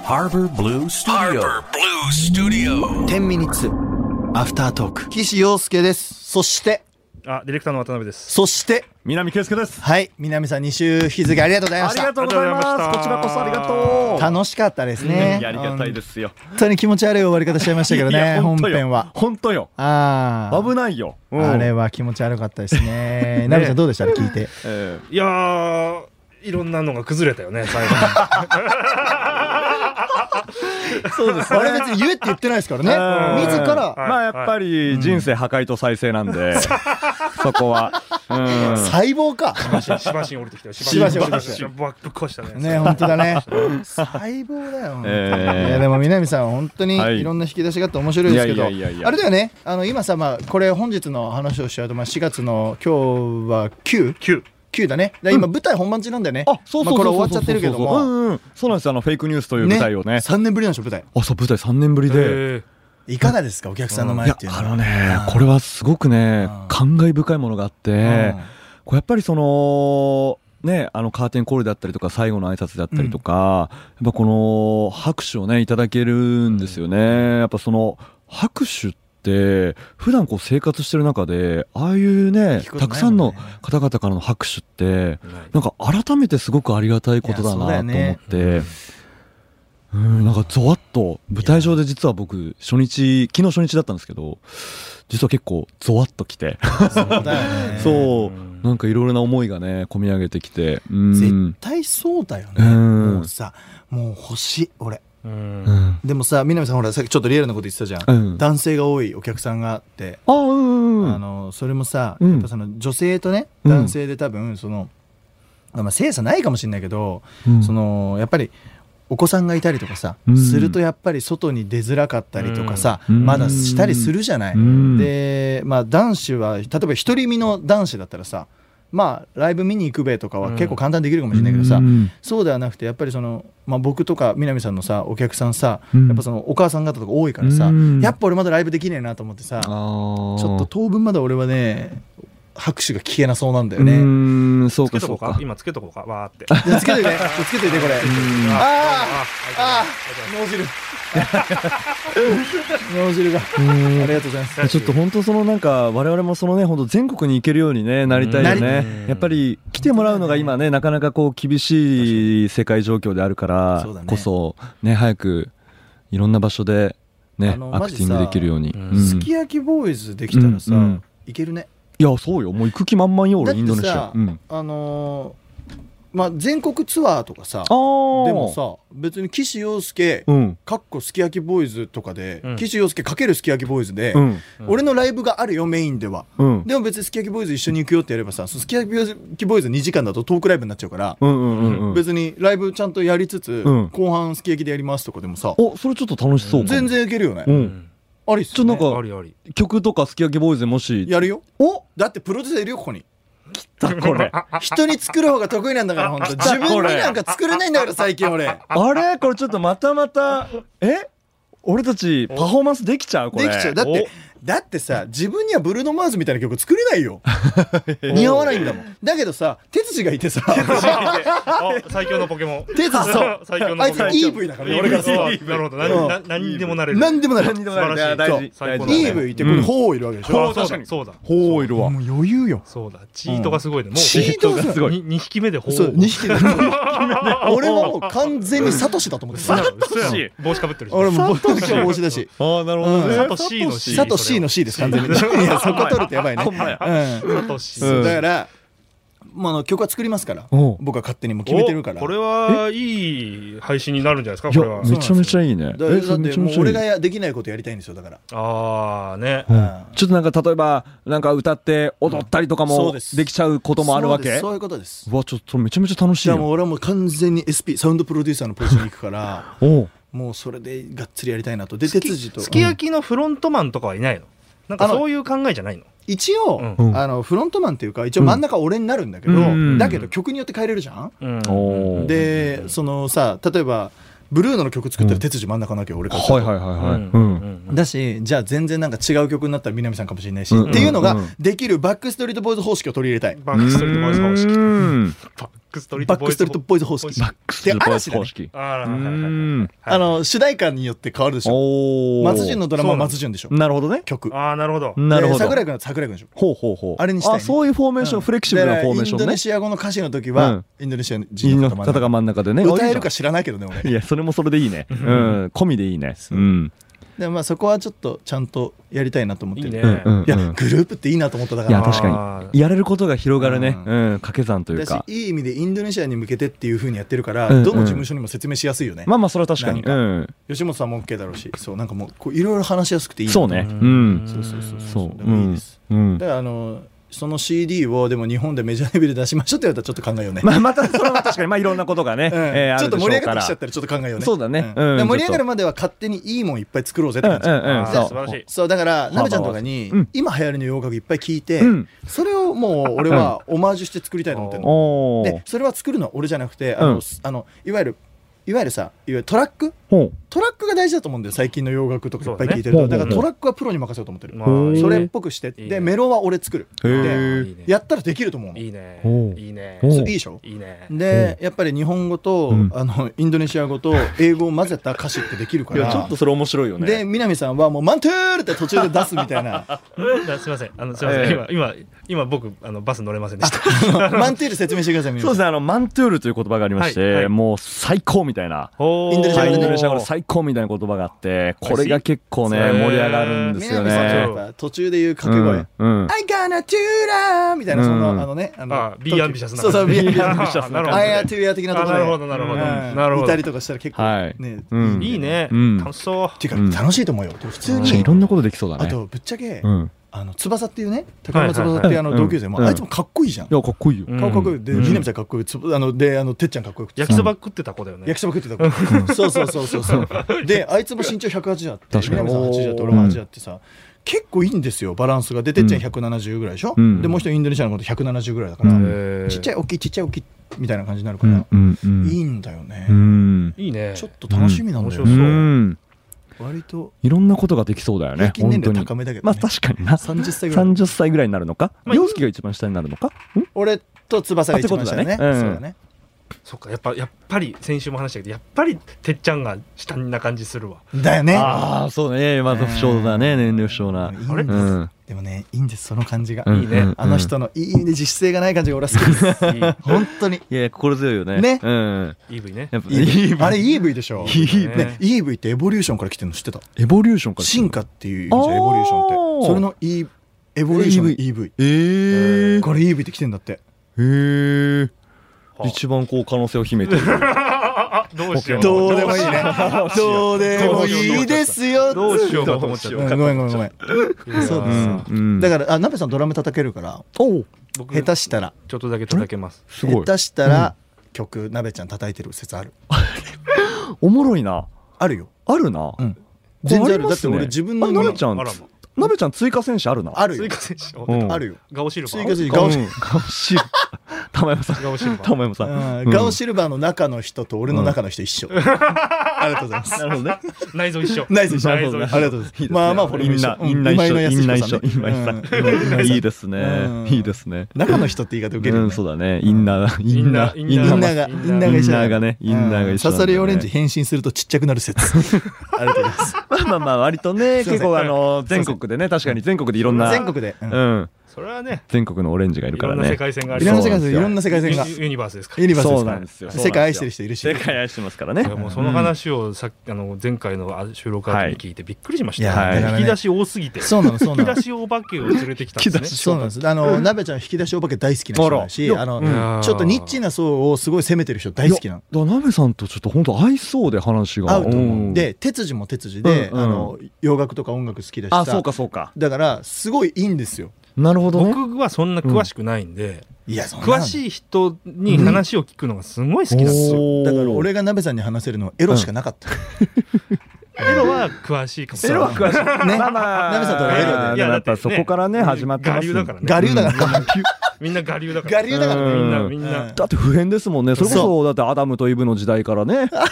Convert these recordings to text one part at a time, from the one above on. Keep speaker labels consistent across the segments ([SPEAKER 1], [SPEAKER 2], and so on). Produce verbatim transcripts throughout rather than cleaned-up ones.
[SPEAKER 1] Harbor Blue Studio. Harbor Blue Studio.
[SPEAKER 2] じゅうミニッツアフタートーク。岸洋介です。そして
[SPEAKER 3] あ、ディレクターの渡辺です。
[SPEAKER 2] そして
[SPEAKER 4] 南圭介です。
[SPEAKER 2] はい、南さんに週引き続きありがとうございました。
[SPEAKER 4] ありがとうございます。こちらこそありがとう。
[SPEAKER 2] 楽しかったですね。
[SPEAKER 4] ありがたいですよ。
[SPEAKER 2] 本当に気持ち悪い終わり方しちゃいましたけどね。本編は
[SPEAKER 4] 本当よ。
[SPEAKER 2] ああ、
[SPEAKER 4] 危ないよ。
[SPEAKER 2] あれは気持ち悪かったですね。ナミさんどうでした？聞いて。
[SPEAKER 3] えー、いやー、いろんなのが崩れたよね、最後に。
[SPEAKER 2] そうですね。あれ別に言えって言ってないですからね。自ら、
[SPEAKER 4] まあやっぱり人生破壊と再生なんで、そこは
[SPEAKER 2] 細胞か。
[SPEAKER 3] しばしに降りてきたよ。
[SPEAKER 2] しばしに降りてきた。
[SPEAKER 3] ぶっ壊したね。
[SPEAKER 2] ね、本当だね。細胞だよ。いやでも南さんは本当にいろんな引き出しがあって面白いですけど、あれだよね。あの今さ、まあこれ本日の話をしちゃうと、まあしがつの今日はきゅう。きゅうきゅうだね。今舞台本番中なんだよね。あ、そうそうそうそう。これ終わっちゃってるけども。
[SPEAKER 4] うんうん。そうなんですよ。あのフェイクニュースという舞台をね。
[SPEAKER 2] さんねんぶりなんでしょ舞台。
[SPEAKER 4] あ、そう舞台さんねんぶりで。
[SPEAKER 2] いかがですかお客さんの前っていうのは。
[SPEAKER 4] あのね、これはすごくね感慨深いものがあって、これやっぱりそのね、あのカーテンコールだったりとか最後の挨拶だったりとか、やっぱこの拍手をねいただけるんですよね。やっぱその拍手で普段こう生活してる中でああいうねたくさんの方々からの拍手ってなんか改めてすごくありがたいことだなと思って、うん、なんかゾワッと舞台上で実は僕初日昨日初日だったんですけど実は結構ゾワッときてそうなんかいろいろな思いがね込み上げてきて、うん、
[SPEAKER 2] 絶対そうだよね、うん、もうさもう欲しい俺うん、でもさ南さんほらさっきちょっとリアルなこと言ってたじゃん、うん、男性が多いお客さんがあってあ、うんうん、あのそれもさ、うん、やっぱその女性とね男性で多分その、まあ、性差ないかもしれないけど、うん、そのやっぱりお子さんがいたりとかさ、うん、するとやっぱり外に出づらかったりとかさ、うん、まだしたりするじゃない、うん、で、まあ、男子は例えば独り身の男子だったらさまあライブ見に行くべとかは結構簡単にできるかもしれないけどさ、うん、そうではなくてやっぱりその、まあ、僕とか南さんのさお客さんさ、うん、やっぱそのお母さん方とか多いからさ、うん、やっぱ俺まだライブできねえなと思ってさ、ちょっと当分まだ俺はね拍手が聞けなそうなんだよね。う
[SPEAKER 4] ーん、そうかそうか。
[SPEAKER 3] 今つけとこうかわーって。
[SPEAKER 2] つけてね、つけてねこれ。ああ、ああ、脳汁。脳汁が。ありがとうございます。
[SPEAKER 4] ちょっと本当そのなんか我々もそのね本当全国に行けるようにねなりたいよね。やっぱり来てもらうのが今ねなかなかこう厳しい世界状況であるからこそね早くいろんな場所でねアクティングできるように。
[SPEAKER 2] すき焼きボーイズできたらさ行けるね。
[SPEAKER 4] いやそうよもう行く気満々よ俺インドネシア、
[SPEAKER 2] うん、あのー、まあ全国ツアーとかさでもさ別に岸洋介、うん、かっこすき焼きボーイズとかで、うん、岸洋介かけるすき焼きボーイズで、うん、俺のライブがあるよメインでは、うん、でも別にすき焼きボーイズ一緒に行くよってやればさすき焼きボーイズにじかんだとトークライブになっちゃうから、うんうんうんうん、別にライブちゃんとやりつつ、うん、後半すき焼きでやりますとかでもさ
[SPEAKER 4] おそれちょっと楽しそうか
[SPEAKER 2] 全然いけるよね、うんありっすね、
[SPEAKER 4] ちょっとなんかありあり曲とかすき焼きボーイズでもし
[SPEAKER 2] やるよおだってプロデューサーいるよここに
[SPEAKER 4] 来たこれ
[SPEAKER 2] 人に作る方が得意なんだから本当自分になんか作れないんだから最近俺
[SPEAKER 4] あれこれちょっとまたまたえ俺たちパフォーマンスできちゃうこれ
[SPEAKER 2] できちゃうだってだってさ自分にはブルーノ・マーズみたいな曲作れないよ似合わないんだもんだけどさ哲司がいてさ
[SPEAKER 3] 最強のポケモン
[SPEAKER 2] 哲司そう
[SPEAKER 3] 最強の
[SPEAKER 2] あいつ イーブイ だからね俺から
[SPEAKER 3] なるほど何にでもなれる
[SPEAKER 2] 何でもなれる
[SPEAKER 3] 素晴らしい
[SPEAKER 2] 大事 イーブイ いてこれホーいるわけでしょ
[SPEAKER 3] 確かにそうだ
[SPEAKER 4] ホーいるわ
[SPEAKER 2] もう余裕よ
[SPEAKER 3] そうだチートがすごいねもう
[SPEAKER 4] チートがすごい
[SPEAKER 3] にひきめでホー
[SPEAKER 2] そうにひきめ俺はもう完全にサトシだと思って
[SPEAKER 3] サトシ帽子かぶってる
[SPEAKER 2] 俺も帽子だし
[SPEAKER 4] ああなるほど
[SPEAKER 3] サトシの C
[SPEAKER 2] サトシの C です完全にいやそこ取るとやばいね、うん、だからまあ、の曲は作りますから僕は勝手にもう決めてるから
[SPEAKER 3] これはいい配信になるんじゃないですかこれは
[SPEAKER 4] めちゃめちゃいいね
[SPEAKER 2] だってもう俺ができないことやりたいんですよだから
[SPEAKER 3] ああね、
[SPEAKER 4] うん、ちょっとなんか例えばなんか歌って踊ったりとかもできちゃうこともあるわけ、
[SPEAKER 2] うん、そういうことです
[SPEAKER 4] うわちょっとめちゃめちゃ楽しいよ
[SPEAKER 2] じゃあもう俺はもう完全に エスピー サウンドプロデューサーのポジションに行くからおもうそれでがっつりやりたいなとで哲司と
[SPEAKER 3] すき焼きのフロントマンとかはいないのなんかそういう考えじゃないの
[SPEAKER 2] 一応、うん、あのフロントマンっていうか一応真ん中俺になるんだけど、うん、だけど曲によって変えれるじゃん、うん、でそのさ例えばブルーノの曲作ったら哲司真ん中なきゃ俺から
[SPEAKER 4] はいはいはいはい
[SPEAKER 2] だしじゃあ全然なんか違う曲になったら南さんかもしれないし、うん、っていうのができるバックストリートボーイズ方式を取り入れたい
[SPEAKER 3] バックストリートボーイズ方式バッククストリート
[SPEAKER 2] バックストリートボーイズ方式。
[SPEAKER 4] バックストリートボーイズ方式。
[SPEAKER 3] あ
[SPEAKER 2] あの主題歌によって変わるでしょ。松潤のドラマは松潤でしょ。
[SPEAKER 4] なるほどね。
[SPEAKER 2] 曲。
[SPEAKER 3] ああなるほど。
[SPEAKER 4] なるほど。
[SPEAKER 2] 桜井君は桜井君でしょ。
[SPEAKER 4] ほうほうほう。
[SPEAKER 2] あれにしたい。
[SPEAKER 4] あ、そういうフォーメーション、フレキシブルなフォーメーションね。
[SPEAKER 2] インドネシア語の歌詞の時はインドネシア人の
[SPEAKER 4] 方が真ん中でね。
[SPEAKER 2] 歌えるか知らないけどね俺。
[SPEAKER 4] いやそれもそれでいいね。うん。込みでいいね。うん。
[SPEAKER 2] でまあそこはちょっとちゃんとやりたいなと思ってる。
[SPEAKER 3] いいね。
[SPEAKER 2] いやグループっていいなと思っただから。
[SPEAKER 4] いや確かにやれることが広がるね。うん。掛け算というか。
[SPEAKER 2] いい意味でインドネシアに向けてっていう風にやってるからどの事務所にも説明しやすいよね。
[SPEAKER 4] まあまあそれは確かに。
[SPEAKER 2] 吉本さんも OK だろうし、そうなんかもういろいろ話しやすくていい。
[SPEAKER 4] そうね。うん。
[SPEAKER 2] そうそうそう
[SPEAKER 4] そう。
[SPEAKER 2] でもいいです。だからあの。その シーディー をでも日本でメジャーレベルで出しましょうって言われたらちょっと考えようね。
[SPEAKER 4] まあまたそれは確かにまあいろんなことがね、
[SPEAKER 2] うんえー、ちょっと盛り上がってきちゃったらちょっと考えようね。
[SPEAKER 4] そうだね。
[SPEAKER 2] うんうん、盛り上がるまでは勝手にいいもんいっぱい作ろうぜって感じ。
[SPEAKER 3] 素晴らしい。
[SPEAKER 2] そうだからなべちゃんとかに、うん、今流行りの洋楽いっぱい聞いて、うん、それをもう俺はオマージュして作りたいと思ってるの。でそれは作るのは俺じゃなくてあの、うん、あのいわゆるいわゆるさいわゆるトラックトラックが大事だと思うんだよ。最近の洋楽とかいっぱい聞いてると、ね、だからトラックはプロに任せようと思ってる。それっぽくしてでメロは俺作るでやったらできると思うの。いいねいいねいいでしょ。いいねでやっぱり日本語と、うん、あのインドネシア語と英語を混ぜた歌詞ってできるから
[SPEAKER 4] いやちょっとそれ面白いよね。
[SPEAKER 2] で南さんはもうマントゥールって途中で出すみたいな
[SPEAKER 3] すいませんあのすいません、えー、今今今僕あのバス乗れませんでした
[SPEAKER 2] マントゥール説明してください。
[SPEAKER 4] そうですねあのマントゥールという言葉がありまして、はいはい、もう最高みたいな
[SPEAKER 2] インドネシア語で、ね、
[SPEAKER 4] インドネシア語で最高みたいな言葉があってこれが結構ね盛り上がるんですよね。
[SPEAKER 2] 途中で言う掛け声、うんうん、I gonna do that みたいなその、うん、あのねあの
[SPEAKER 3] ビーアンビシャスな
[SPEAKER 2] そうそうビーアンビシャスな I am to ya 的なところで
[SPEAKER 3] なるほどなるほどなるほど
[SPEAKER 2] いたりとかしたら結構ね、
[SPEAKER 3] うん、いいね、うん、楽しそう
[SPEAKER 2] っていうか楽しいと思うよ。普通に
[SPEAKER 4] いろんなことできそうだね。
[SPEAKER 2] あとぶっちゃけ、うんあの翼っていうね高山翼っていうあの同級生もあいつもかっこいいじゃん。
[SPEAKER 4] いやかっこいいよ。
[SPEAKER 2] 顔かっこいいで南ちゃんかっこいいあのであのてっちゃんかっこよくて
[SPEAKER 3] 焼きそば食ってた子だよね。
[SPEAKER 2] 焼きそば食ってた子そうそうそうそうそうであいつも身長ひゃくはちじゅうあって南さんはちじゅうあって俺もはちじゅうあってさ結構いいんですよバランスが。でてっちゃんひゃくななじゅうぐらいでしょ。でもう一人インドネシアのことひゃくななじゅうぐらいだからちっちゃい大きいちっちゃい大きいみたいな感じになるからいいんだよね。
[SPEAKER 3] いいね
[SPEAKER 2] ちょっと楽しみなんだよ。
[SPEAKER 4] うん
[SPEAKER 2] 割と
[SPEAKER 4] いろんなことができそうだよね。
[SPEAKER 2] 平均年齢高めだけどね。
[SPEAKER 4] まあ確かにな。
[SPEAKER 2] さんじゅっさいぐらい。
[SPEAKER 4] さんじゅっさいぐらいになるのか。陽介が一番下になるのか。
[SPEAKER 2] 俺と翼が一番下だね。そうだね。
[SPEAKER 3] そっかやっぱやっぱり先週も話したけどやっぱりてっちゃんが下な感じするわ。
[SPEAKER 2] だよね。
[SPEAKER 4] ああそうねまず不詳だね年齢不詳な。
[SPEAKER 2] あれでもねいいんですその感じがいいね。あの人のいい意味で自主性がない感じが俺は好きです。本当に。
[SPEAKER 4] いや心強いよね。
[SPEAKER 2] ね。
[SPEAKER 3] イーブイ ね。
[SPEAKER 2] あれ イーブイ でしょ。イーブイ ってエボリューションから来てるの知ってた？
[SPEAKER 4] エボリューションから
[SPEAKER 2] 進化っていう意味じゃエボリューションってそれのエボリューション イーブイ。ええこれ イーブイ って来てんだって。へ
[SPEAKER 4] え。一番こう可能性を秘めてる。
[SPEAKER 3] どうしよう。
[SPEAKER 2] どうでもいいね。どうでもいいですよ。
[SPEAKER 3] どうしようかと思っちゃう。
[SPEAKER 2] ごめんごめんごめん。そうですよ。だからあなべさんドラム叩けるから。お下手したら
[SPEAKER 3] ちょっとだけ叩けます。
[SPEAKER 2] すごい。下手したら曲なべちゃん叩いてる説ある。
[SPEAKER 4] おもろいな。
[SPEAKER 2] あるよ。
[SPEAKER 4] あるな。
[SPEAKER 2] 全然ある。だって俺自分の
[SPEAKER 4] なべちゃん。なべちゃん追加選手あるな。
[SPEAKER 2] あるよ。
[SPEAKER 3] 追加選手
[SPEAKER 2] あるよ。
[SPEAKER 3] ガオシルバー。
[SPEAKER 2] 追加選手ガオシルバ
[SPEAKER 4] ー。ガオシルバー。玉山さん。
[SPEAKER 3] ガオシルバー。
[SPEAKER 4] 玉山さん。
[SPEAKER 2] ガオシルバーの中の人と俺の中の人一緒。ありがとうございます。
[SPEAKER 4] なるほどね。
[SPEAKER 3] 内臓一緒。
[SPEAKER 2] 内臓一緒。ありがとうございます。まあまあこれみんな
[SPEAKER 4] みんな一緒。みんな一緒。いいですね。いいですね。
[SPEAKER 2] 中の人って言い方受ける。
[SPEAKER 4] うんそうだね。インナーインナー
[SPEAKER 2] インナーがインナーが一緒。
[SPEAKER 4] インナーがねインナーが一緒。
[SPEAKER 2] ササレオレンジ変身するとちっちゃくなる説。ありがとうございます。
[SPEAKER 4] まあまあまあ割とね結構あの全国でね確かに全国でいろんな
[SPEAKER 2] 全国で
[SPEAKER 4] うん
[SPEAKER 3] それはね
[SPEAKER 4] 全国のオレンジがいるからね。いろんな世
[SPEAKER 3] 界線があ
[SPEAKER 2] ります。いろんな世界線が
[SPEAKER 3] ユニバースですか。
[SPEAKER 2] ユニバース
[SPEAKER 4] そうなんですよ。
[SPEAKER 2] 世界愛してる人いるし。
[SPEAKER 4] 世界愛してますからね。
[SPEAKER 3] もうその話をさあの前回の収録後に聞いてびっくりしました。引き出し多すぎて。
[SPEAKER 2] そうなのそうなの。
[SPEAKER 3] 引き出しお化けを連れてきたんですね。
[SPEAKER 2] そうなんです。あのなべちゃん引き出しお化け大好きな人だし、あのちょっとニッチな層をすごい攻めてる人大好きなの。
[SPEAKER 4] なべさんとちょっと本当合いそうで話が。
[SPEAKER 2] 合うと思う。で哲司も哲司であの洋楽とか音楽好きだしさ。
[SPEAKER 4] あそうかそうか。
[SPEAKER 2] だからすごいいいんですよ。
[SPEAKER 4] なるほどね。
[SPEAKER 3] 僕はそんな詳しくないんで、
[SPEAKER 2] うん、いや
[SPEAKER 3] 詳しい人に話を聞くのがすごい好きなんですよ、
[SPEAKER 2] うん、だから俺がなべさんに話せるのはエロしかなかった、
[SPEAKER 3] うん、エロは詳しいかも。
[SPEAKER 2] エロは詳しいね。まあまあなべさんとはエロで、
[SPEAKER 4] いややっぱそこからね始まってます。
[SPEAKER 3] 我流だからね。
[SPEAKER 2] 我流だから
[SPEAKER 3] みんな我流だから。
[SPEAKER 2] 我流だから
[SPEAKER 3] みんなみんな。
[SPEAKER 4] だって普遍ですもんね。それこそだってアダムとイブの時代からね。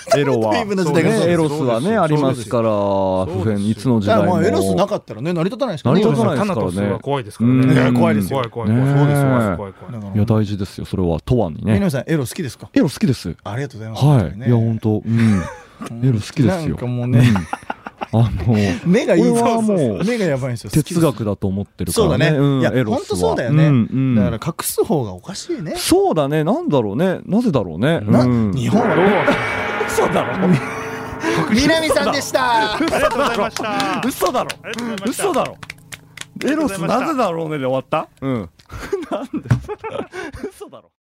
[SPEAKER 4] エロは、エロスはねありますから、普遍いつの時代も。
[SPEAKER 2] エロスなかったらね成り立たないですからね。
[SPEAKER 4] 成り立たないですからね。
[SPEAKER 3] 怖いですからね。
[SPEAKER 2] 怖いですよ。
[SPEAKER 3] 怖い怖い怖い。そうです怖い
[SPEAKER 4] 怖い。いや大事ですよそれは。とわにね。
[SPEAKER 2] 南さんエロ好きですか？
[SPEAKER 4] エロ好きです。
[SPEAKER 2] ありがとうございます。
[SPEAKER 4] はい。いや本当うんエロ好きですよ。
[SPEAKER 2] なんかもうね。
[SPEAKER 4] あの
[SPEAKER 2] 目がいいぞ。
[SPEAKER 4] はもう
[SPEAKER 2] 目がやばいんですよ。
[SPEAKER 4] 哲学だと思ってるからね。
[SPEAKER 2] そうだね。いや本当そうだよね。だから隠す方がおかしいね。
[SPEAKER 4] そうだね。なんだろうね。なぜだろうね。
[SPEAKER 2] 日本はどう？
[SPEAKER 4] 嘘だろ。
[SPEAKER 2] 南さんでした。
[SPEAKER 3] ありがとうございました。
[SPEAKER 4] 嘘だろ。嘘だろ。エロスなぜだろうねで終わった？うん。なんで？嘘だろ。